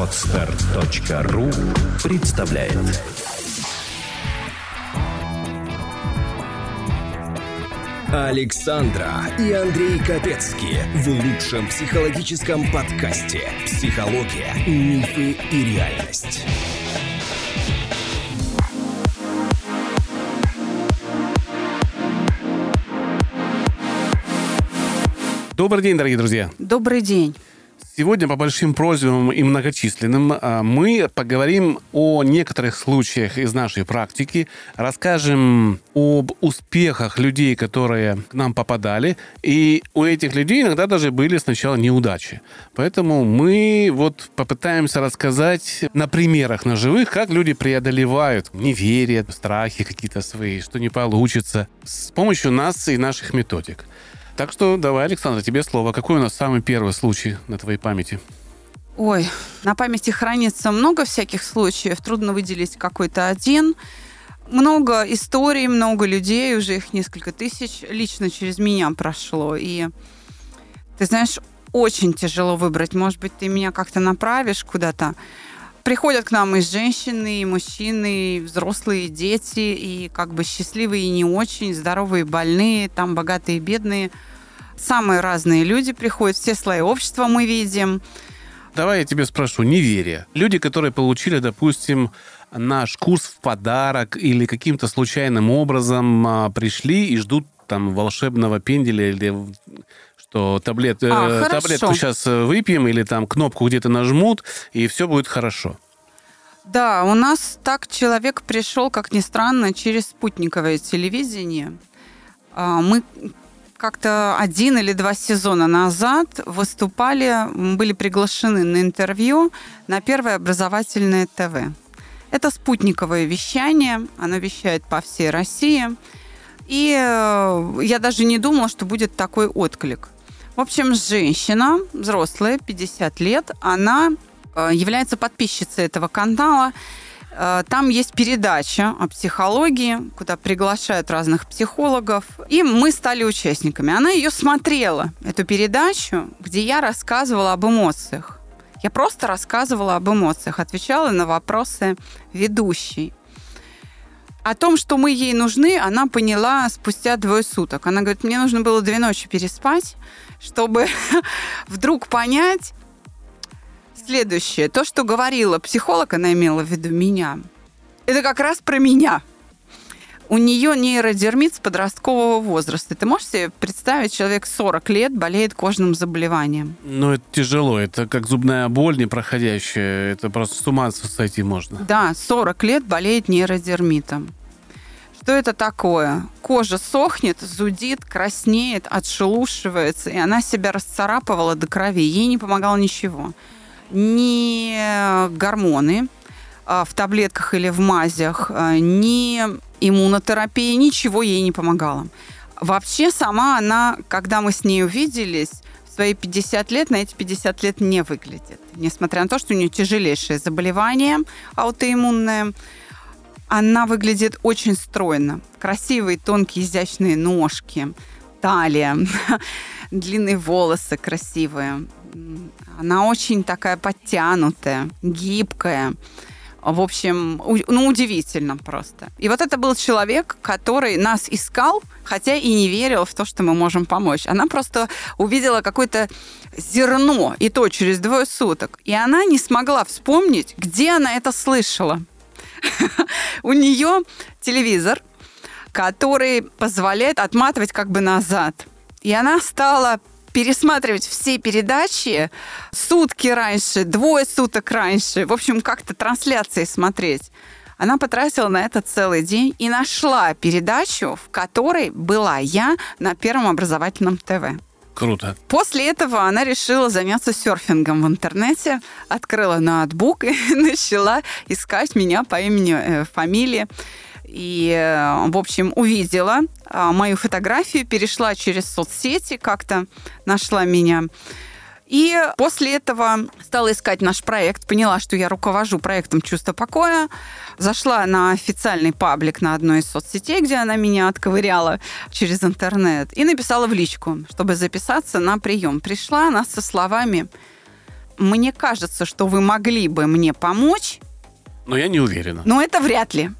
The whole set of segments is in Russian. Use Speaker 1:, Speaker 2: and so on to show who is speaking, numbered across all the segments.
Speaker 1: Podster.ru представляет. Александра и Андрей Капецки в лучшем психологическом подкасте «Психология, мифы и реальность».
Speaker 2: Добрый день, дорогие друзья.
Speaker 3: Добрый день.
Speaker 2: Сегодня по большим просьбам и многочисленным мы поговорим о некоторых случаях из нашей практики, расскажем об успехах людей, которые к нам попадали, и у этих людей иногда даже были сначала неудачи. Поэтому мы попытаемся рассказать на примерах ножевых, как люди преодолевают неверие, страхи какие-то свои, что не получится, с помощью нас и наших методик. Так что давай, Александра, тебе слово. Какой у нас самый первый случай на твоей памяти?
Speaker 3: Ой, на памяти хранится много всяких случаев. Трудно выделить какой-то один. Много историй, много людей, уже их несколько тысяч, лично через меня прошло. И ты знаешь, очень тяжело выбрать. Может быть, ты меня как-то направишь куда-то. Приходят к нам и женщины, и мужчины, и взрослые, и дети, и как бы счастливые, и не очень, здоровые, больные, там богатые, бедные. Самые разные люди приходят, все слои общества мы видим.
Speaker 2: Давай я тебе спрошу, неверие. Люди, которые получили, допустим, наш курс в подарок или каким-то случайным образом пришли и ждут там волшебного пенделя или что таблетку сейчас выпьем или там кнопку где-то нажмут, и все будет хорошо.
Speaker 3: Да, у нас так человек пришел, как ни странно, через спутниковое телевидение. Мы как-то 1 или 2 сезона назад выступали, были приглашены на интервью на Первое образовательное ТВ. Это спутниковое вещание, оно вещает по всей России. И я даже не думала, что будет такой отклик. В общем, женщина, взрослая, 50 лет, она является подписчицей этого канала. Там есть передача о психологии, куда приглашают разных психологов. И мы стали участниками. Она ее смотрела, эту передачу, где я рассказывала об эмоциях. Я просто рассказывала об эмоциях, отвечала на вопросы ведущей. О том, что мы ей нужны, она поняла спустя 2 суток. Она говорит, мне нужно было 2 ночи переспать, чтобы вдруг понять следующее. То, что говорила психолог, она имела в виду меня, это как раз про меня. У нее нейродермит с подросткового возраста. Ты можешь себе представить, человек 40 лет болеет кожным заболеванием?
Speaker 2: Ну, это тяжело. Это как зубная боль непроходящая. Это просто с ума сойти можно.
Speaker 3: Да, 40 лет болеет нейродермитом. Что это такое? Кожа сохнет, зудит, краснеет, отшелушивается, и она себя расцарапывала до крови. Ей не помогало ничего. Ни гормоны в таблетках или в мазях, ни иммунотерапия, ничего ей не помогало. Вообще сама она, когда мы с ней увиделись, в свои 50 лет, на эти 50 лет не выглядит. Несмотря на то, что у нее тяжелейшее заболевание аутоиммунное, она выглядит очень стройно. Красивые, тонкие, изящные ножки, талия, длинные волосы красивые. Она очень такая подтянутая, гибкая. В общем, удивительно просто. И вот это был человек, который нас искал, хотя и не верил в то, что мы можем помочь. Она просто увидела какое-то зерно, и то через 2 суток. И она не смогла вспомнить, где она это слышала. У нее телевизор, который позволяет отматывать как бы назад. И она стала пересматривать все передачи сутки раньше, 2 суток раньше. В общем, как-то трансляции смотреть. Она потратила на это целый день и нашла передачу, в которой была я на Первом образовательном ТВ.
Speaker 2: Круто.
Speaker 3: После этого она решила заняться серфингом в интернете, открыла ноутбук и начала искать меня по имени, фамилии. И, в общем, увидела мою фотографию, перешла через соцсети, как-то нашла меня. И после этого стала искать наш проект, поняла, что я руковожу проектом «Чувство покоя», зашла на официальный паблик на одной из соцсетей, где она меня отковыряла через интернет, и написала в личку, чтобы записаться на прием. Пришла она со словами: мне кажется, что вы могли бы мне помочь.
Speaker 2: Но я не уверена.
Speaker 3: Но это вряд ли.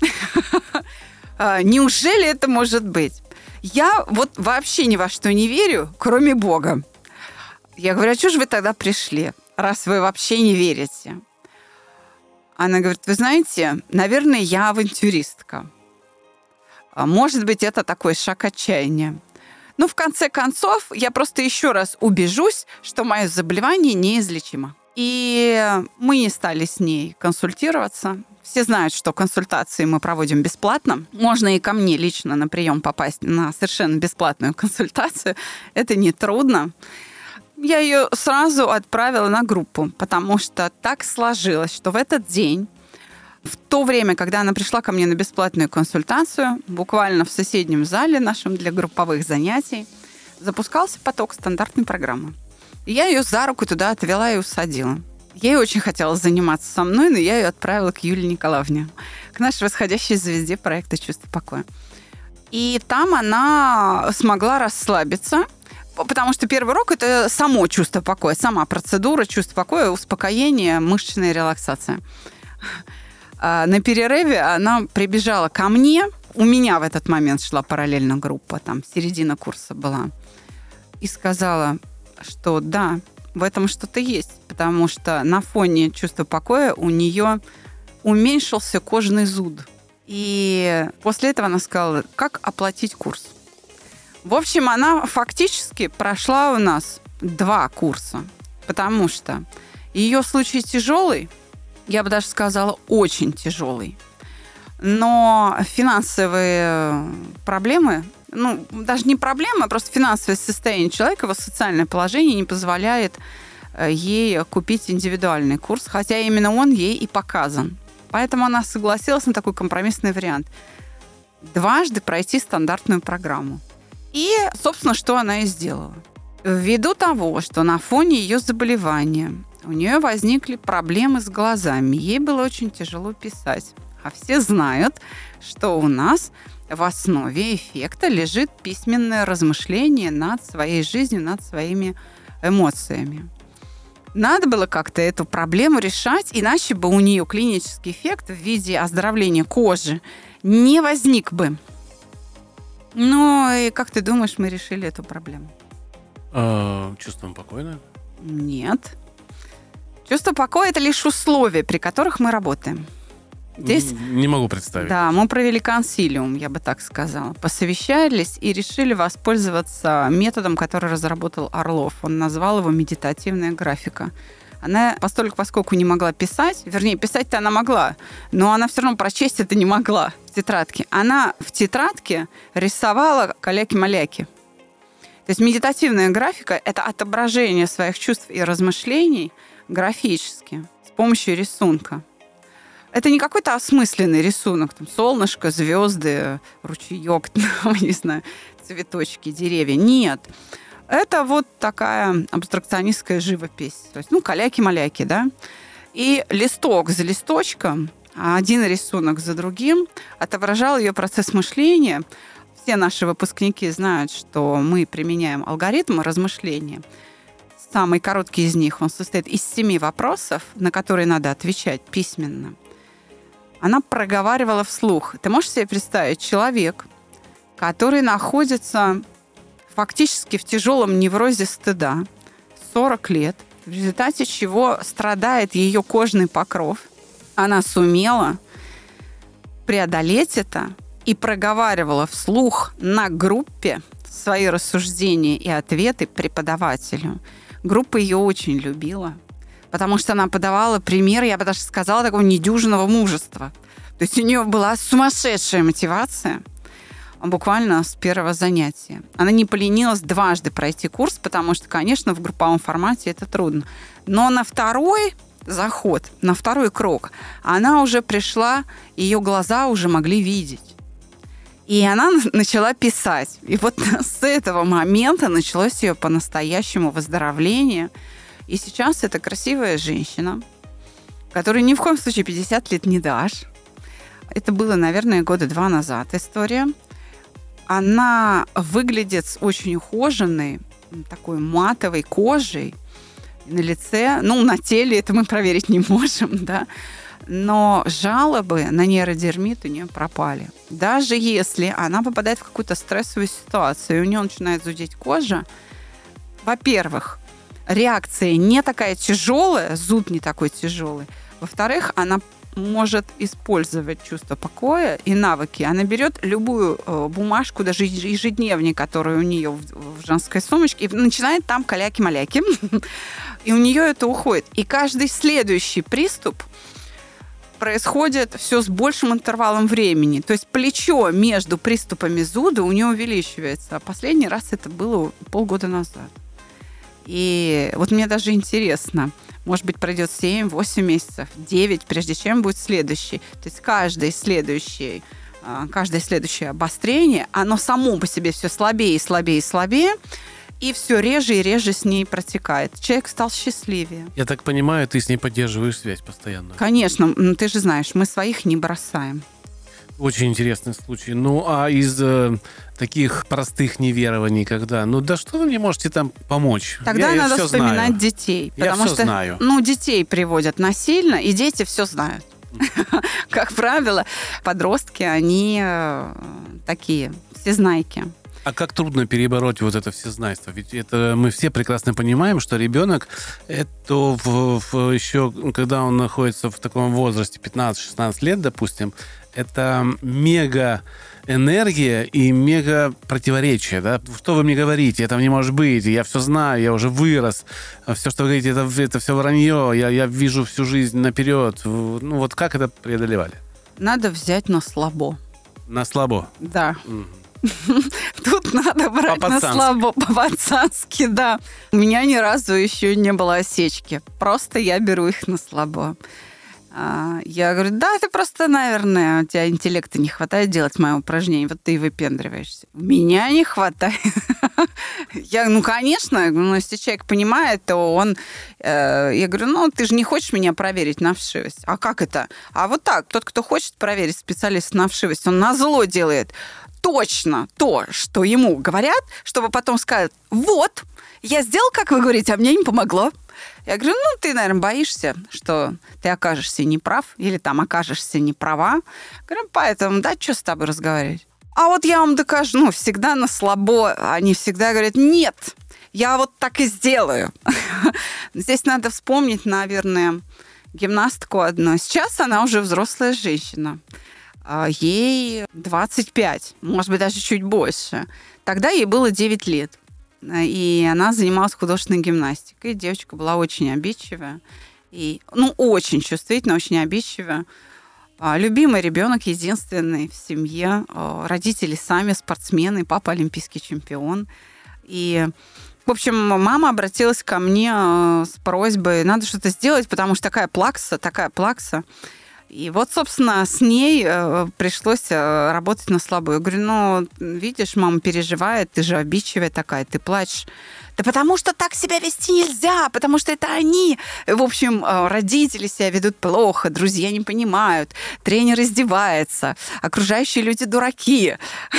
Speaker 3: Неужели это может быть? Я вот вообще ни во что не верю, кроме Бога. Я говорю, а что же вы тогда пришли, раз вы вообще не верите? Она говорит, вы знаете, наверное, я авантюристка. Может быть, это такой шаг отчаяния. Но в конце концов я просто еще раз убежусь, что мое заболевание неизлечимо. И мы не стали с ней консультироваться. Все знают, что консультации мы проводим бесплатно. Можно и ко мне лично на прием попасть на совершенно бесплатную консультацию. Это нетрудно. Я ее сразу отправила на группу, потому что так сложилось, что в этот день, в то время, когда она пришла ко мне на бесплатную консультацию, буквально в соседнем зале нашем для групповых занятий, запускался поток стандартной программы. И я ее за руку туда отвела и усадила. Ей очень хотелось заниматься со мной, но я ее отправила к Юлии Николаевне, к нашей восходящей звезде проекта «Чувство покоя». И там она смогла расслабиться, потому что первый урок – это само чувство покоя, сама процедура чувства покоя, успокоение, мышечная релаксация. На перерыве она прибежала ко мне. У меня в этот момент шла параллельно группа, там середина курса была. И сказала, что да, в этом что-то есть, потому что на фоне чувства покоя у нее уменьшился кожный зуд. И после этого она сказала, как оплатить курс. В общем, она фактически прошла у нас 2 курса, потому что ее случай тяжелый, я бы даже сказала, очень тяжелый. Но финансовые проблемы, даже не проблемы, а просто финансовое состояние человека, его социальное положение не позволяет ей купить индивидуальный курс, хотя именно он ей и показан. Поэтому она согласилась на такой компромиссный вариант. 2 пройти стандартную программу. И, собственно, что она и сделала. Ввиду того, что на фоне ее заболевания у нее возникли проблемы с глазами, ей было очень тяжело писать. А все знают, что у нас в основе эффекта лежит письменное размышление над своей жизнью, над своими эмоциями. Надо было как-то эту проблему решать, иначе бы у нее клинический эффект в виде оздоровления кожи не возник бы. Ну, и как ты думаешь, мы решили эту проблему?
Speaker 2: Чувством покоя?
Speaker 3: Нет. Чувство покоя – это лишь условия, при которых мы работаем. Здесь,
Speaker 2: не могу представить.
Speaker 3: Да, мы провели консилиум, я бы так сказала. Посовещались и решили воспользоваться методом, который разработал Орлов. Он назвал его медитативная графика. Она поскольку не могла писать, вернее, писать-то она могла, но она все равно прочесть это не могла в тетрадке. Она в тетрадке рисовала каляки-маляки. То есть медитативная графика – это отображение своих чувств и размышлений графически, с помощью рисунка. Это не какой-то осмысленный рисунок, там солнышко, звезды, ручеек, не знаю, цветочки, деревья. Нет. Это вот такая абстракционистская живопись. То есть, каляки-маляки, да? И листок за листочком, один рисунок за другим отображал ее процесс мышления. Все наши выпускники знают, что мы применяем алгоритмы размышления. Самый короткий из них, он состоит из 7 вопросов, на которые надо отвечать письменно. Она проговаривала вслух. Ты можешь себе представить, человек, который находится фактически в тяжелом неврозе стыда, 40 лет, в результате чего страдает ее кожный покров. Она сумела преодолеть это и проговаривала вслух на группе свои рассуждения и ответы преподавателю. Группа ее очень любила, потому что она подавала пример, я бы даже сказала, такого недюжинного мужества. То есть у нее была сумасшедшая мотивация буквально с первого занятия. Она не поленилась 2 пройти курс, потому что, конечно, в групповом формате это трудно. Но на второй заход, на второй крок она уже пришла, ее глаза уже могли видеть. И она начала писать. И вот с этого момента началось ее по-настоящему выздоровление. И сейчас это красивая женщина, которой ни в коем случае 50 лет не дашь. Это было, наверное, 2 года назад история. Она выглядит с очень ухоженной, такой матовой кожей, на лице. На теле это мы проверить не можем, да. Но жалобы на нейродермит у нее пропали. Даже если она попадает в какую-то стрессовую ситуацию, и у нее начинает зудеть кожа, во-первых, реакция не такая тяжелая, зуд не такой тяжелый. Во-вторых, она может использовать чувство покоя и навыки. Она берет любую бумажку, даже ежедневник, который у нее в женской сумочке, и начинает там каляки-маляки. И у нее это уходит. И каждый следующий приступ происходит все с большим интервалом времени. То есть плечо между приступами зуда у нее увеличивается. А последний раз это было полгода назад. И вот мне даже интересно, может быть, пройдет 7-8 месяцев, 9, прежде чем будет следующий. То есть каждое следующее обострение, оно само по себе все слабее и слабее и слабее, и все реже и реже с ней протекает. Человек стал счастливее.
Speaker 2: Я так понимаю, ты с ней поддерживаешь связь постоянно.
Speaker 3: Конечно, ты же знаешь, мы своих не бросаем.
Speaker 2: Очень интересный случай. А из таких простых неверований, когда, да что вы мне можете там помочь?
Speaker 3: Тогда надо вспоминать детей. Потому что
Speaker 2: знаю.
Speaker 3: Детей приводят насильно, и дети все знают. Как правило, подростки, они такие, всезнайки.
Speaker 2: А как трудно перебороть вот это всезнайство? Ведь это мы все прекрасно понимаем, что ребенок, это еще, когда он находится в таком возрасте, 15-16 лет, допустим, это мега энергия и мега противоречие, да? Что вы мне говорите? Этого не может быть. Я все знаю, я уже вырос. Все, что вы говорите, это все вранье. Я вижу всю жизнь наперед. Вот как это преодолевали?
Speaker 3: Надо взять на слабо.
Speaker 2: На слабо?
Speaker 3: Да. Тут надо брать на слабо, по-пацански, да. У меня ни разу еще не было осечки. Просто я беру их на слабо. Я говорю, да, ты просто, наверное, у тебя интеллекта не хватает делать мои упражнения, вот ты и выпендриваешься. Меня не хватает. Я, конечно, если человек понимает, то он... Я говорю, ты же не хочешь меня проверить на вшивость. А как это? А вот так, тот, кто хочет проверить специалиста на вшивость, он назло делает точно то, что ему говорят, чтобы потом сказать, вот, я сделал, как вы говорите, а мне не помогло. Я говорю, ты, наверное, боишься, что ты окажешься неправ или там окажешься неправа. Говорю, поэтому, что с тобой разговаривать? А вот я вам докажу, всегда на слабо. Они всегда говорят, нет, я вот так и сделаю. Здесь надо вспомнить, наверное, гимнастку одну. Сейчас она уже взрослая женщина. Ей 25, может быть, даже чуть больше. Тогда ей было 9 лет. И она занималась художественной гимнастикой. Девочка была очень обидчивая. И, очень чувствительная, очень обидчивая. Любимый ребенок, единственный в семье. Родители сами спортсмены, папа олимпийский чемпион. И, в общем, мама обратилась ко мне с просьбой, надо что-то сделать, потому что такая плакса. И вот, собственно, с ней пришлось работать на слабо. Я говорю, видишь, мама переживает, ты же обидчивая такая, ты плачешь. Да потому что так себя вести нельзя, потому что это они. В общем, родители себя ведут плохо, друзья не понимают, тренер издевается, окружающие люди дураки.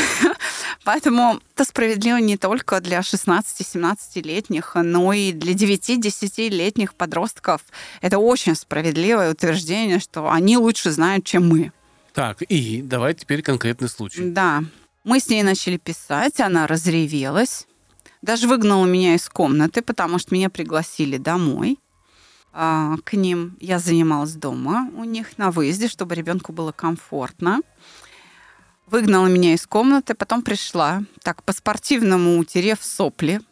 Speaker 3: Поэтому это справедливо не только для 16-17-летних, но и для 9-10-летних подростков. Это очень справедливое утверждение, что они лучше знают, чем мы.
Speaker 2: Так, и давай теперь конкретный случай.
Speaker 3: Да. Мы с ней начали писать, она разревелась. Даже выгнала меня из комнаты, потому что меня пригласили домой к ним. Я занималась дома у них на выезде, чтобы ребенку было комфортно. Выгнала меня из комнаты, потом пришла, так по-спортивному утерев сопли.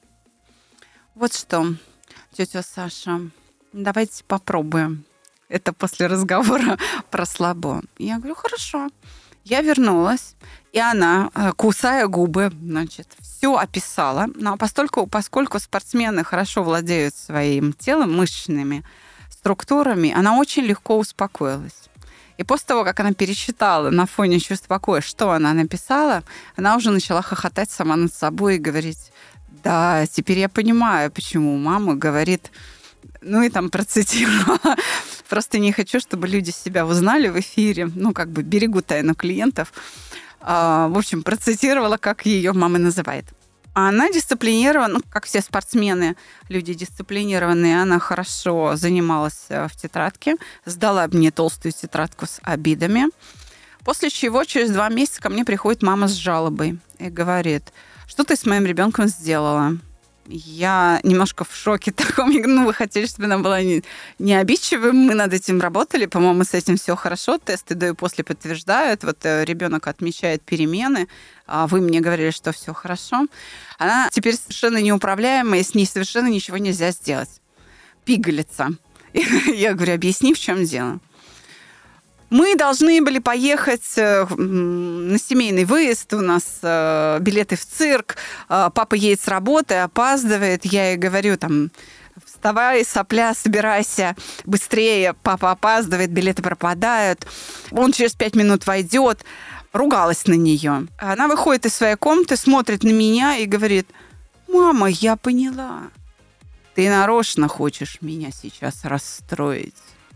Speaker 3: Вот что, тетя Саша, давайте попробуем. Это после разговора про слабо. Я говорю, хорошо. Я вернулась, и она, кусая губы, все описала. Но поскольку спортсмены хорошо владеют своим телом, мышечными структурами, она очень легко успокоилась. И после того, как она пересчитала на фоне чувства покоя, что она написала, она уже начала хохотать сама над собой и говорить, да, теперь я понимаю, почему мама говорит... и там процитировала. Просто не хочу, чтобы люди себя узнали в эфире. Берегу тайну клиентов. В общем, процитировала, как ее мама называет. А она дисциплинирована, как все спортсмены, люди дисциплинированные. Она хорошо занималась в тетрадке, сдала мне толстую тетрадку с обидами. После чего через 2 месяца ко мне приходит мама с жалобой и говорит: что ты с моим ребенком сделала? Я немножко в шоке таком. Вы хотели, чтобы она была не обидчивой. Мы над этим работали. По-моему, с этим все хорошо. Тесты до и после подтверждают. Вот ребенок отмечает перемены. А вы мне говорили, что все хорошо. Она теперь совершенно неуправляемая, с ней совершенно ничего нельзя сделать. Пигалица. Я говорю: объясни, в чем дело. Мы должны были поехать на семейный выезд. У нас билеты в цирк. Папа едет с работы, опаздывает. Я ей говорю: вставай, сопля, собирайся быстрее. Папа опаздывает, билеты пропадают. Он через 5 минут войдет. Ругалась на нее. Она выходит из своей комнаты, смотрит на меня и говорит: мама, я поняла. Ты нарочно хочешь меня сейчас расстроить.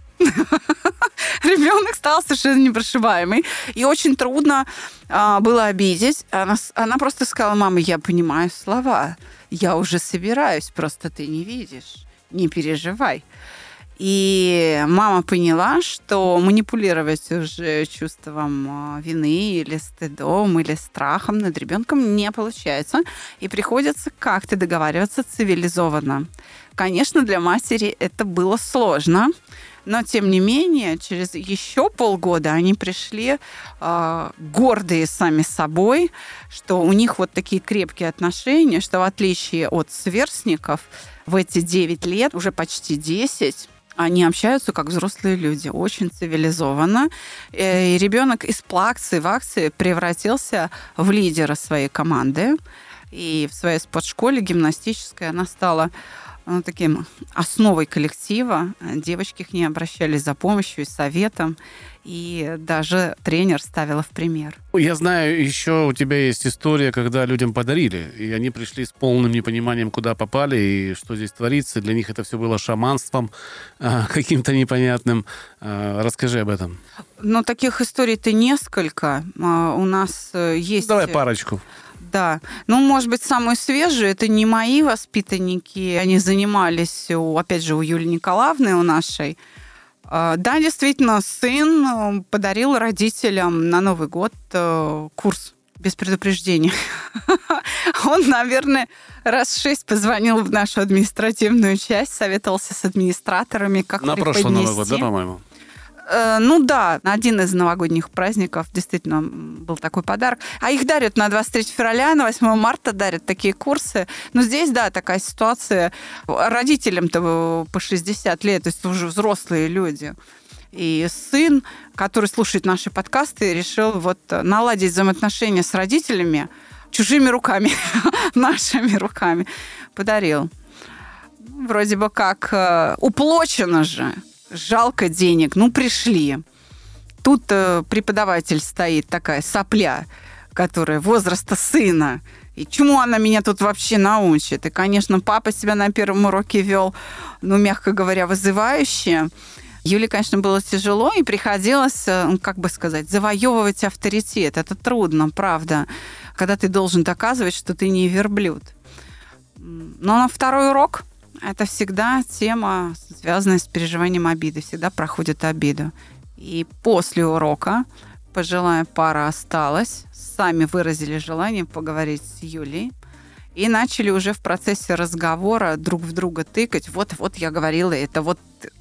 Speaker 3: Ребенок стал совершенно непрошибаемый. И очень трудно было обидеть. Она просто сказала: мама, я понимаю слова. Я уже собираюсь, просто ты не видишь. Не переживай. И мама поняла, что манипулировать уже чувством вины или стыдом, или страхом над ребенком не получается. И приходится как-то договариваться цивилизованно. Конечно, для матери это было сложно. Но, тем не менее, через еще полгода они пришли гордые сами собой, что у них вот такие крепкие отношения, что в отличие от сверстников в эти 9 лет, уже почти 10, они общаются как взрослые люди, очень цивилизованно. И ребенок из плаксы в акции превратился в лидера своей команды. И в своей спортшколе гимнастической она стала таким основой коллектива. Девочки к ней обращались за помощью и советом, и даже тренер ставила в пример.
Speaker 2: Я знаю, еще у тебя есть история, когда людям подарили, и они пришли с полным непониманием, куда попали и что здесь творится. Для них это все было шаманством каким-то непонятным. Расскажи об этом.
Speaker 3: Таких историй-то несколько. У нас есть...
Speaker 2: Давай парочку.
Speaker 3: Да. Может быть, самые свежие, это не мои воспитанники. Они занимались, опять же, у Юлии Николаевны, у нашей. Да, действительно, сын подарил родителям на Новый год курс без предупреждения. Он, наверное, раз 6 позвонил в нашу административную часть, советовался с администраторами, как преподнести.
Speaker 2: На прошлый Новый год, да, по-моему?
Speaker 3: Да, на один из новогодних праздников действительно был такой подарок. А их дарят на 23 февраля, на 8 марта дарят такие курсы. Но здесь, да, такая ситуация. Родителям-то по 60 лет, то есть уже взрослые люди. И сын, который слушает наши подкасты, решил наладить взаимоотношения с родителями чужими руками, нашими руками. Подарил. Вроде бы как уплочено же. Жалко денег. Пришли. Тут преподаватель стоит, такая сопля, которая возраста сына. И чему она меня тут вообще научит? И, конечно, папа себя на первом уроке вел, мягко говоря, вызывающе. Юле, конечно, было тяжело, и приходилось, завоевывать авторитет. Это трудно, правда, когда ты должен доказывать, что ты не верблюд. Но на второй урок это всегда тема, связанная с переживанием обиды. Всегда проходит обиду. И после урока пожилая пара осталась, сами выразили желание поговорить с Юлей и начали уже в процессе разговора друг в друга тыкать. Вот я говорила, это вот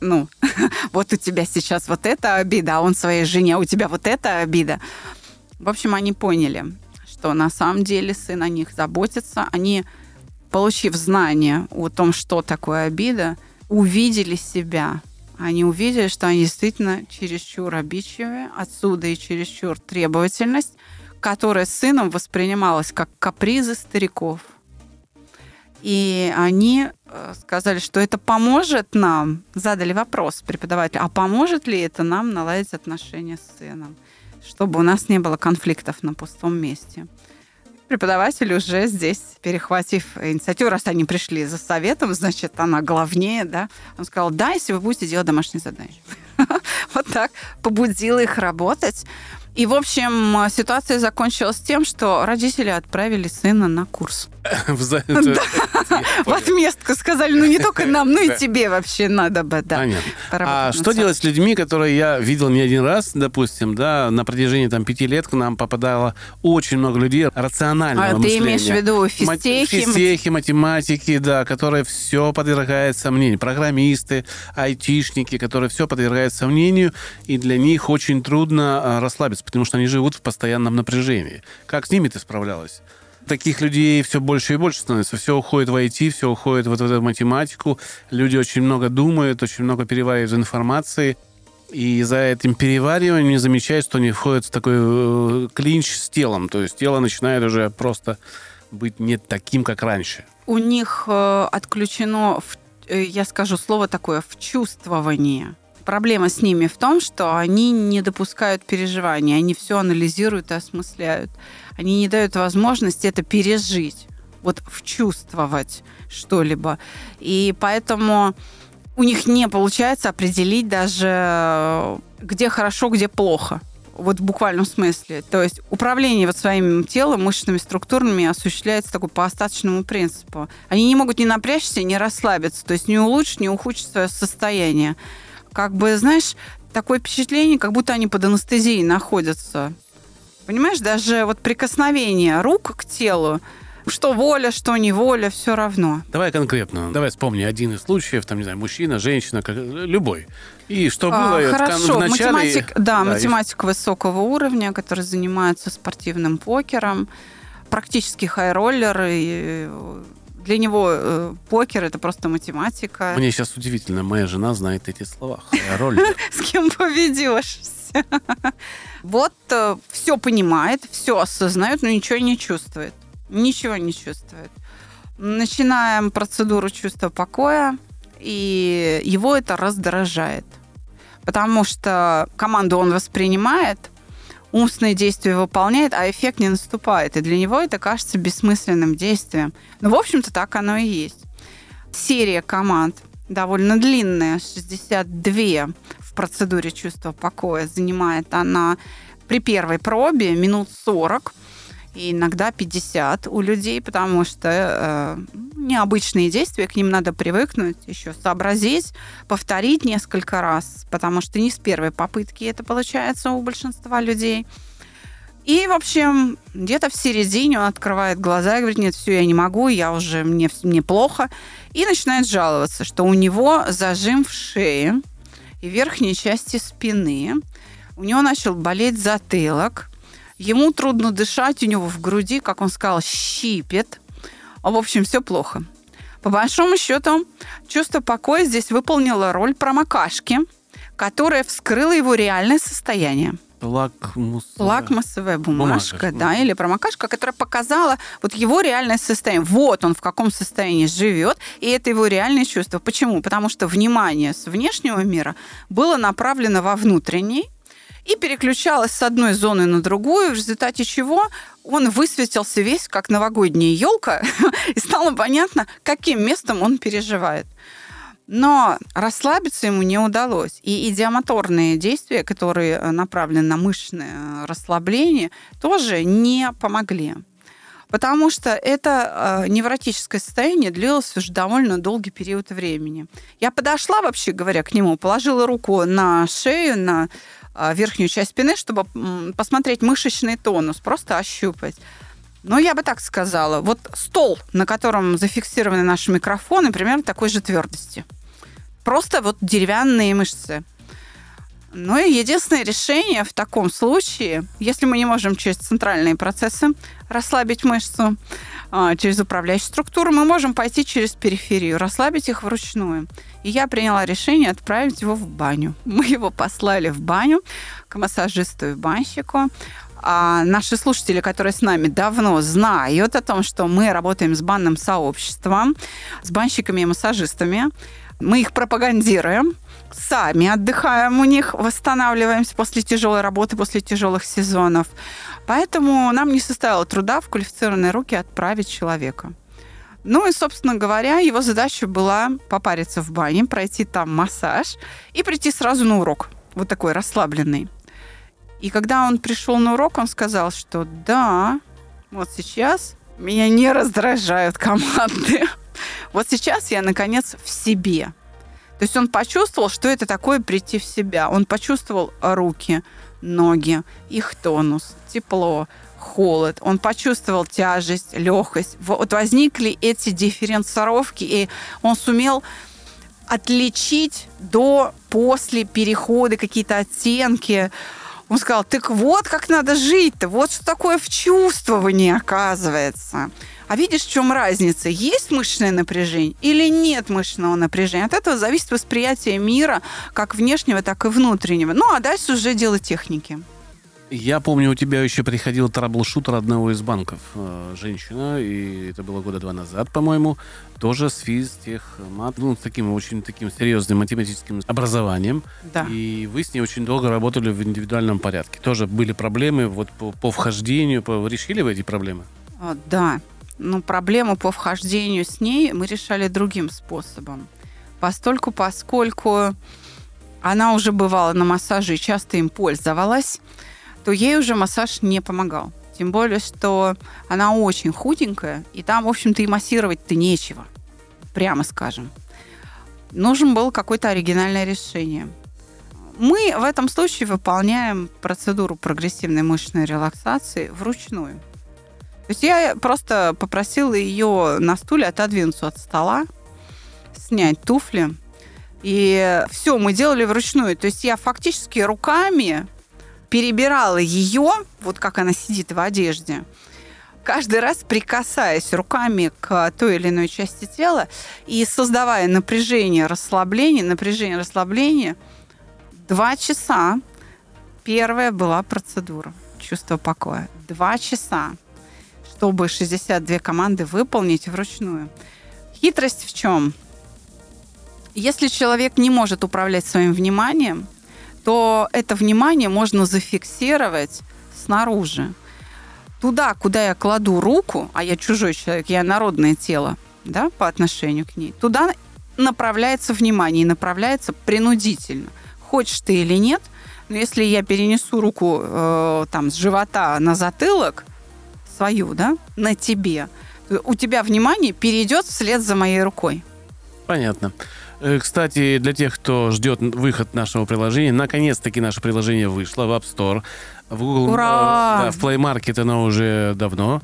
Speaker 3: у тебя сейчас вот эта обида, а он своей жене, а у тебя вот эта обида. В общем, они поняли, что на самом деле сын о них заботится. Они, получив знание о том, что такое обида, увидели себя. Они увидели, что они действительно чересчур обидчивые, отсюда и чересчур требовательность, которая сыном воспринималась как капризы стариков. И они сказали, что это поможет нам, задали вопрос преподавателю, а поможет ли это нам наладить отношения с сыном, чтобы у нас не было конфликтов на пустом месте. Преподаватель уже здесь, перехватив инициативу, раз они пришли за советом, значит, она главнее, да, он сказал: да, если вы будете делать домашние задания. Вот так побудил их работать. И, в общем, ситуация закончилась тем, что родители отправили сына на курс. В отместку сказали, не только нам, но и тебе вообще надо бы.
Speaker 2: Понятно. А что делать с людьми, которые я видел не один раз, допустим, на протяжении 5 лет к нам попадало очень много людей рационального мышления.
Speaker 3: Ты имеешь в виду физтехи,
Speaker 2: математики, которые все подвергают сомнению. Программисты, айтишники, которые все подвергают сомнению, и для них очень трудно расслабиться, потому что они живут в постоянном напряжении. Как с ними ты справлялась? Таких людей все больше и больше становится. Все уходит в IT, все уходит в эту математику. Люди очень много думают, очень много переваривают информации. И за этим перевариванием не замечают, что они входят в такой клинч с телом. То есть тело начинает уже просто быть не таким, как раньше.
Speaker 3: У них отключено, я скажу слово такое, вчувствование. Проблема с ними в том, что они не допускают переживаний, они все анализируют и осмысляют. Они не дают возможности это пережить, вчувствовать что-либо. И поэтому у них не получается определить даже, где хорошо, где плохо. В буквальном смысле. То есть управление своим телом, мышечными структурами осуществляется по остаточному принципу. Они не могут ни напрячься, ни расслабиться, то есть не улучшить, не ухудшить свое состояние. Такое впечатление, как будто они под анестезией находятся. Понимаешь, даже прикосновение рук к телу, что воля, что неволя, все равно.
Speaker 2: Давай конкретно. Давай вспомни один из случаев, мужчина, женщина, любой. И что было
Speaker 3: хорошо.
Speaker 2: В начале...
Speaker 3: Математик высокого уровня, который занимается спортивным покером, практически хай-роллер, и для него покер — это просто математика.
Speaker 2: Мне сейчас удивительно, моя жена знает эти слова. Хай-роллер.
Speaker 3: С кем поведешься? Все понимает, все осознает, но ничего не чувствует. Ничего не чувствует. Начинаем процедуру чувства покоя, и его это раздражает. Потому что команду он воспринимает, умственные действия выполняет, а эффект не наступает. И для него это кажется бессмысленным действием. Но, в общем-то, так оно и есть. Серия команд довольно длинная, 62 в процедуре чувства покоя. Занимает она при первой пробе минут 40, и иногда 50 у людей, потому что необычные действия, к ним надо привыкнуть, еще сообразить, повторить несколько раз, потому что не с первой попытки это получается у большинства людей. И, в общем, где-то в середине он открывает глаза и говорит: нет, все, я не могу, мне плохо. И начинает жаловаться, что у него зажим в шее и верхней части спины. У него начал болеть затылок. Ему трудно дышать, у него в груди, как он сказал, щипет. В общем, все плохо. По большому счету, чувство покоя здесь выполнило роль промокашки, которая вскрыла его реальное состояние. Лакмусовая бумажка, или промокашка, которая показала его реальное состояние. Он в каком состоянии живет, и это его реальное чувство. Почему? Потому что внимание с внешнего мира было направлено во внутренний, и переключалась с одной зоны на другую, в результате чего он высветился весь, как новогодняя елка, и стало понятно, каким местом он переживает. Но расслабиться ему не удалось. И идиомоторные действия, которые направлены на мышечное расслабление, тоже не помогли. Потому что это невротическое состояние длилось уже довольно долгий период времени. Я подошла, вообще говоря, к нему, положила руку на шею, на верхнюю часть спины, чтобы посмотреть мышечный тонус, просто ощупать. Но я бы так сказала, стол, на котором зафиксированы наши микрофоны, примерно такой же твердости. Просто деревянные мышцы. Ну и единственное решение в таком случае, если мы не можем через центральные процессы расслабить мышцу, через управляющую структуру, мы можем пойти через периферию, расслабить их вручную. И я приняла решение отправить его в баню. Мы его послали в баню к массажисту и банщику. А наши слушатели, которые с нами давно знают о том, что мы работаем с банным сообществом, с банщиками и массажистами. Мы их пропагандируем, сами отдыхаем у них, восстанавливаемся после тяжелой работы, после тяжелых сезонов. Поэтому нам не составило труда в квалифицированные руки отправить человека. Ну и, собственно говоря, его задача была попариться в бане, пройти там массаж и прийти сразу на урок. Такой расслабленный. И когда он пришел на урок, он сказал, что да, вот сейчас меня не раздражают команды. Вот сейчас я, наконец, в себе. То есть он почувствовал, что это такое прийти в себя. Он почувствовал руки, ноги, их тонус, тепло, холод. Он почувствовал тяжесть, легкость. Вот возникли эти дифференцировки, и он сумел отличить до-после перехода какие-то оттенки. Он сказал, так вот как надо жить-то, вот что такое в чувствовании оказывается. А видишь, в чем разница? Есть мышечное напряжение или нет мышечного напряжения? От этого зависит восприятие мира, как внешнего, так и внутреннего. Ну, а дальше уже дело техники.
Speaker 2: Я помню, у тебя еще приходил траблшутер одного из банков. Женщина, и это было года 2 назад, по-моему, тоже с физтехмат, с таким очень таким серьезным математическим образованием.
Speaker 3: Да.
Speaker 2: И вы с ней очень долго работали в индивидуальном порядке. Тоже были проблемы вот по вхождению. Решили вы эти проблемы?
Speaker 3: Да. Но проблему по вхождению с ней мы решали другим способом. Поскольку она уже бывала на массаже и часто им пользовалась, то ей уже массаж не помогал. Тем более, что она очень худенькая, и там, в общем-то, и массировать-то нечего, прямо скажем. Нужен был какое-то оригинальное решение. Мы в этом случае выполняем процедуру прогрессивной мышечной релаксации вручную. То есть я просто попросила ее на стуле отодвинуться от стола, снять туфли, и все мы делали вручную. То есть я фактически руками перебирала ее, вот как она сидит в одежде, каждый раз прикасаясь руками к той или иной части тела и создавая напряжение, расслабление. 2 часа. Первая была процедура чувство покоя. 2 часа, чтобы 62 команды выполнить вручную. Хитрость в чем? Если человек не может управлять своим вниманием, то это внимание можно зафиксировать снаружи. Туда, куда я кладу руку, а я чужой человек, я народное тело, да, по отношению к ней, туда направляется внимание, и направляется принудительно. Хочешь ты или нет, но если я перенесу руку с живота на затылок свою, да, на тебе, то у тебя внимание перейдет вслед за моей рукой.
Speaker 2: Понятно. Кстати, для тех, кто ждет выход нашего приложения, наконец-таки наше приложение вышло в App Store. В Google,
Speaker 3: Ура!
Speaker 2: В Play Market оно уже давно.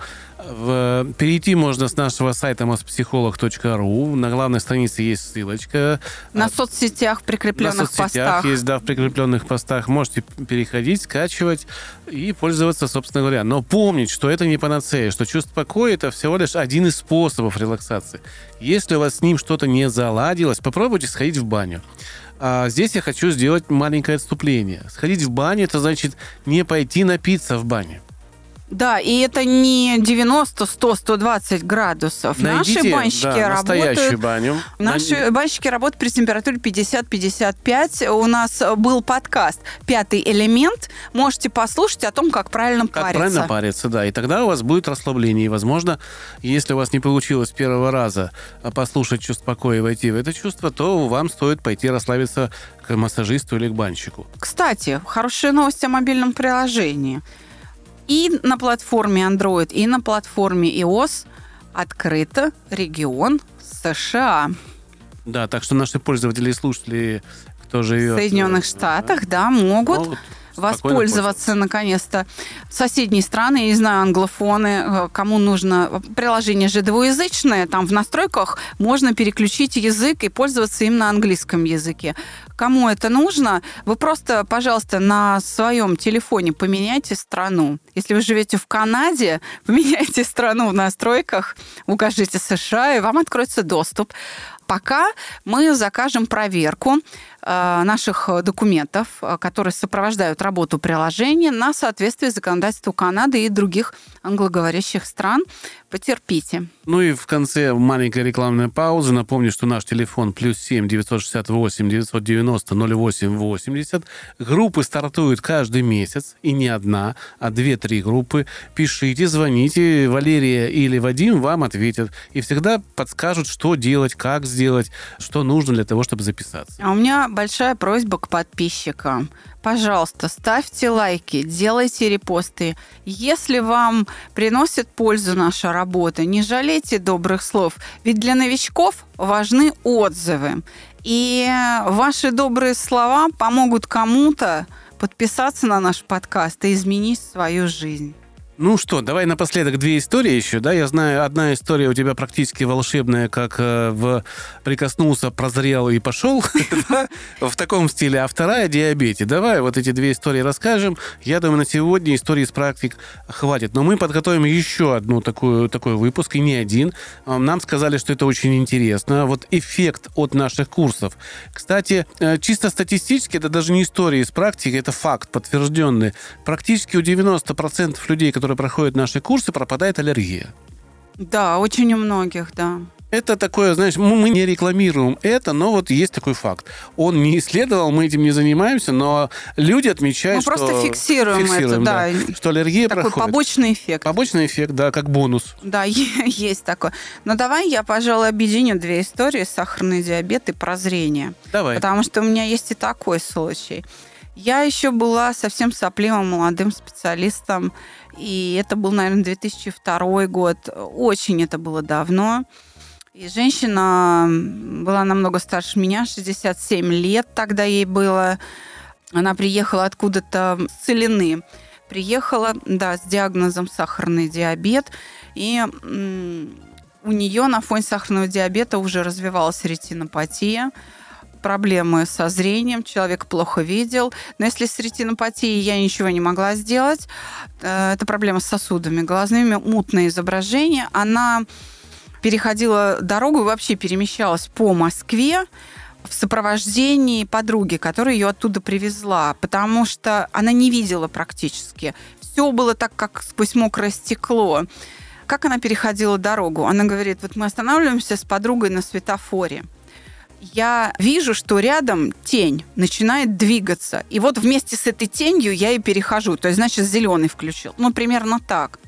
Speaker 2: Перейти можно с нашего сайта mospsycholog.ru. На главной странице есть ссылочка.
Speaker 3: На соцсетях, прикрепленных постах.
Speaker 2: На соцсетях есть, да, в прикрепленных постах. Можете переходить, скачивать и пользоваться, собственно говоря. Но помнить, что это не панацея, что чувство покоя — это всего лишь один из способов релаксации. Если у вас с ним что-то не заладилось, попробуйте сходить в баню. А здесь я хочу сделать маленькое отступление. Сходить в баню — это значит не пойти напиться в бане.
Speaker 3: Да, и это не 90, 100, 120 градусов.
Speaker 2: Найдите,
Speaker 3: наши банщики работают.
Speaker 2: Баню.
Speaker 3: Наши банщики работают при температуре 50-55. У нас был подкаст «Пятый элемент». Можете послушать о том, как правильно париться.
Speaker 2: Как правильно париться, да. И тогда у вас будет расслабление. И, возможно, если у вас не получилось с первого раза послушать чувство покоя и войти в это чувство, то вам стоит пойти расслабиться к массажисту или к банщику.
Speaker 3: Кстати, хорошая новость о мобильном приложении. И на платформе Android, и на платформе iOS открыто регион США.
Speaker 2: Да, так что наши пользователи и слушатели, кто живет
Speaker 3: в Соединенных Штатах, да, могут воспользоваться наконец-то. Соседние страны, я не знаю, англофоны, кому нужно. Приложение же двуязычное, там в настройках можно переключить язык и пользоваться им на английском языке. Кому это нужно, вы просто, пожалуйста, на своем телефоне поменяйте страну. Если вы живете в Канаде, поменяйте страну в настройках, укажите США, и вам откроется доступ. Пока мы закажем проверку наших документов, которые сопровождают работу приложения, на соответствие законодательству Канады и других англоговорящих стран. Потерпите.
Speaker 2: Ну и в конце маленькая рекламная пауза. Напомню, что наш телефон +7 968 990 08 80. Группы стартуют каждый месяц. И не одна, а 2-3 группы. Пишите, звоните. Валерия или Вадим вам ответят. И всегда подскажут, что делать, как сделать, что нужно для того, чтобы записаться.
Speaker 3: А у меня большая просьба к подписчикам. Пожалуйста, ставьте лайки, делайте репосты. Если вам приносит пользу наша работа, не жалейте добрых слов. Ведь для новичков важны отзывы. И ваши добрые слова помогут кому-то подписаться на наш подкаст и изменить свою жизнь.
Speaker 2: Ну что, давай напоследок 2 истории еще, да? Я знаю, одна история у тебя практически волшебная, как в «Прикоснулся, прозрел и пошел», в таком стиле, а вторая — диабете. Давай вот эти 2 истории расскажем. Я думаю, на сегодня истории из практик хватит. Но мы подготовим еще одну такой выпуск, и не один. Нам сказали, что это очень интересно. Вот эффект от наших курсов. Кстати, чисто статистически, это даже не история из практики, это факт подтвержденный. Практически у 90% людей, которые проходят наши курсы, пропадает аллергия.
Speaker 3: Да, очень у многих, да.
Speaker 2: Это такое, знаешь, мы не рекламируем это, но вот есть такой факт. Он не исследовал, мы этим не занимаемся, но люди отмечают, что...
Speaker 3: Мы просто фиксируем это, да.
Speaker 2: Что аллергия
Speaker 3: такой
Speaker 2: проходит.
Speaker 3: Такой побочный эффект.
Speaker 2: Побочный эффект, да, как бонус.
Speaker 3: Да, есть такой. Но давай я, пожалуй, объединю 2 истории: сахарный диабет и прозрение.
Speaker 2: Давай.
Speaker 3: Потому что у меня есть и такой случай. Я еще была совсем сопливым молодым специалистом, и это был, наверное, 2002 год. Очень это было давно. И женщина была намного старше меня, 67 лет тогда ей было. Она приехала откуда-то с Целины. Приехала, да, с диагнозом сахарный диабет. И у нее на фоне сахарного диабета уже развивалась ретинопатия, проблемы со зрением, человек плохо видел. Но если с ретинопатией я ничего не могла сделать, это проблема с сосудами глазными, мутное изображение. Она переходила дорогу и вообще перемещалась по Москве в сопровождении подруги, которая ее оттуда привезла, потому что она не видела практически. Все было так, как сквозь мокрое стекло. Как она переходила дорогу? Она говорит, вот мы останавливаемся с подругой на светофоре. Я вижу, что рядом тень начинает двигаться. И вот вместе с этой тенью я и перехожу. То есть, значит, зеленый включил. Ну, примерно так.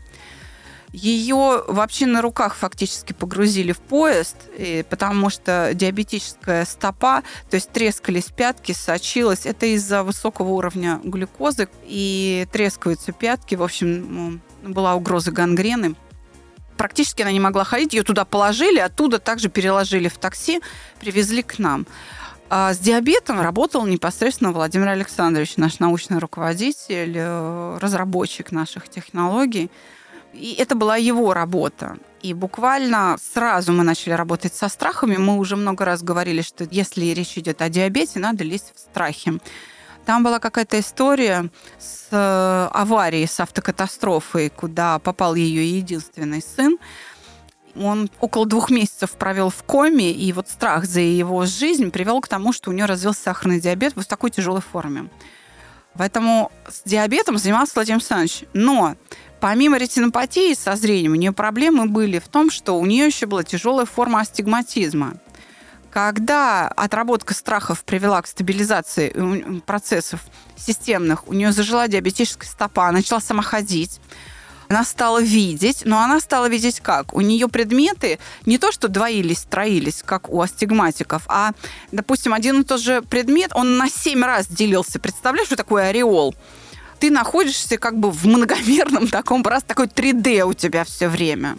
Speaker 3: Ее вообще на руках фактически погрузили в поезд, потому что диабетическая стопа, то есть трескались пятки, сочилась. Это из-за высокого уровня глюкозы. И трескаются пятки. В общем, была угроза гангрены. Практически она не могла ходить, ее туда положили, оттуда также переложили в такси, привезли к нам. А с диабетом работал непосредственно Владимир Александрович, наш научный руководитель, разработчик наших технологий. И это была его работа. И буквально сразу мы начали работать со страхами. Мы уже много раз говорили, что если речь идет о диабете, надо лезть в страхи. Там была какая-то история с аварией, с автокатастрофой, куда попал ее единственный сын. Он около 2 месяцев провел в коме, и вот страх за его жизнь привел к тому, что у нее развился сахарный диабет в такой тяжелой форме. Поэтому с диабетом занимался Владимир Александрович. Но помимо ретинопатии со зрением, у нее проблемы были в том, что у нее еще была тяжелая форма астигматизма. Когда отработка страхов привела к стабилизации процессов системных, у нее зажила диабетическая стопа, она начала сама ходить, она стала видеть, но она стала видеть как? У нее предметы не то, что двоились, троились, как у астигматиков, а, допустим, один и тот же предмет, он на 7 раз делился. Представляешь, что такое ореол? Ты находишься как бы в многомерном таком, раз такой 3D у тебя все время.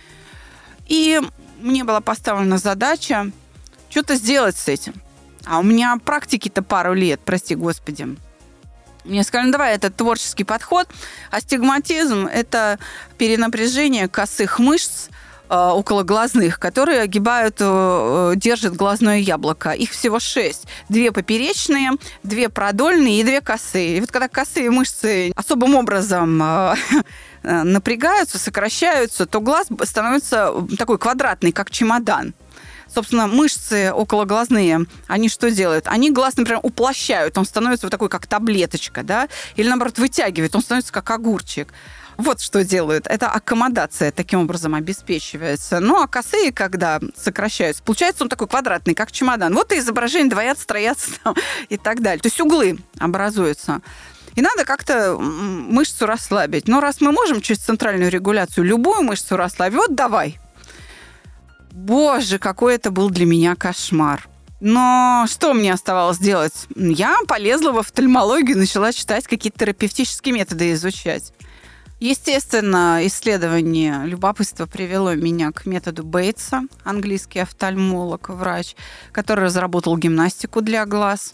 Speaker 3: И мне была поставлена задача что-то сделать с этим. А у меня практики-то пару лет, прости господи. Мне сказали, давай, это творческий подход. Астигматизм – это перенапряжение косых мышц около глазных, которые огибают, держат глазное яблоко. Их всего 6. 2 поперечные, 2 продольные и 2 косые. И вот когда косые мышцы особым образом напрягаются, сокращаются, то глаз становится такой квадратный, как чемодан. Собственно, мышцы окологлазные, они что делают? Они глаз, например, уплощают, он становится вот такой, как таблеточка, да? Или, наоборот, вытягивает, он становится как огурчик. Вот что делают. Это аккомодация таким образом обеспечивается. Ну, а косые, когда сокращаются, получается он такой квадратный, как чемодан. Вот и изображения двоятся, троятся там, и так далее. То есть углы образуются. И надо как-то мышцу расслабить. Но раз мы можем через центральную регуляцию любую мышцу расслабить, вот давай. Боже, какой это был для меня кошмар. Но что мне оставалось делать? Я полезла в офтальмологию, начала читать, какие-то терапевтические методы изучать. Естественно, исследование любопытства привело меня к методу Бейтса, английский офтальмолог, врач, который разработал гимнастику для глаз.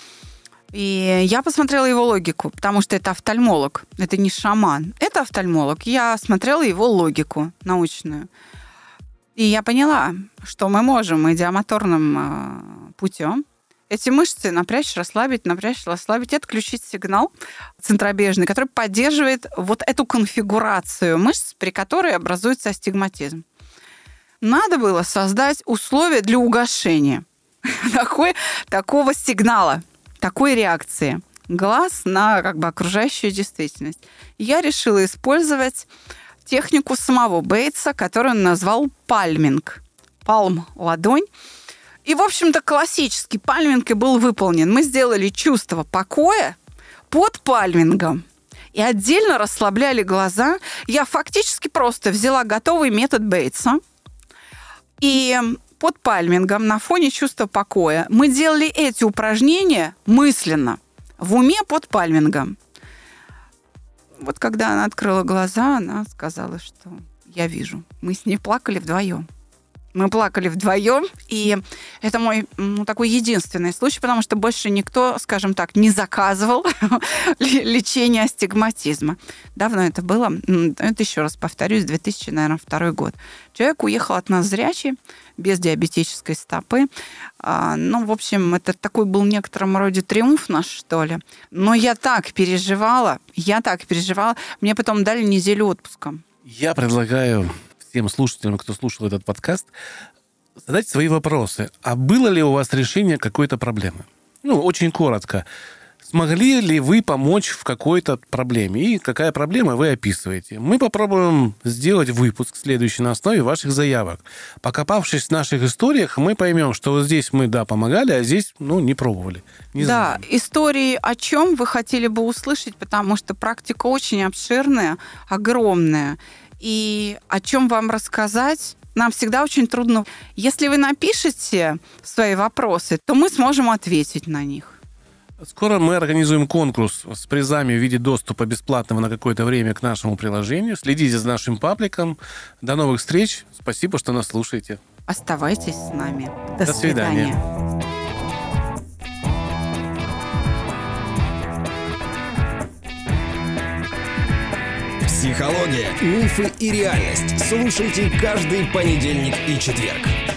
Speaker 3: И я посмотрела его логику, потому что это офтальмолог, это не шаман, это офтальмолог. Я смотрела его логику научную. И я поняла, что мы можем идиомоторным путем эти мышцы напрячь, расслабить, отключить сигнал центробежный, который поддерживает вот эту конфигурацию мышц, при которой образуется астигматизм. Надо было создать условия для угошения такого сигнала, такой реакции глаз на окружающую действительность. Я решила использовать технику самого Бейтса, которую он назвал пальминг. Палм – ладонь. И, в общем-то, классический пальминг и был выполнен. Мы сделали чувство покоя под пальмингом и отдельно расслабляли глаза. Я фактически просто взяла готовый метод Бейтса и под пальмингом на фоне чувства покоя мы делали эти упражнения мысленно, в уме под пальмингом. Вот когда она открыла глаза, она сказала, что я вижу. Мы с ней плакали вдвоем. Мы плакали вдвоем, и это мой такой единственный случай, потому что больше никто, скажем так, не заказывал лечение астигматизма. Давно это было. Это, еще раз повторюсь, 2002 год. Человек уехал от нас зрячий, без диабетической стопы. В общем, это такой был в некотором роде триумф наш, что ли. Но я так переживала. Мне потом дали неделю отпуска.
Speaker 2: Я предлагаю всем слушателям, кто слушал этот подкаст, задать свои вопросы. А было ли у вас решение какой-то проблемы? Очень коротко. Смогли ли вы помочь в какой-то проблеме? И какая проблема вы описываете? Мы попробуем сделать выпуск следующий на основе ваших заявок. Покопавшись в наших историях, мы поймем, что вот здесь мы, помогали, а здесь, не пробовали. Не знаем.
Speaker 3: Истории о чем вы хотели бы услышать, потому что практика очень обширная, огромная. И о чем вам рассказать, нам всегда очень трудно. Если вы напишете свои вопросы, то мы сможем ответить на них.
Speaker 2: Скоро мы организуем конкурс с призами в виде доступа бесплатного на какое-то время к нашему приложению. Следите за нашим пабликом. До новых встреч. Спасибо, что нас слушаете.
Speaker 3: Оставайтесь с нами.
Speaker 2: До свидания.
Speaker 1: Психология, мифы и реальность. Слушайте каждый понедельник и четверг.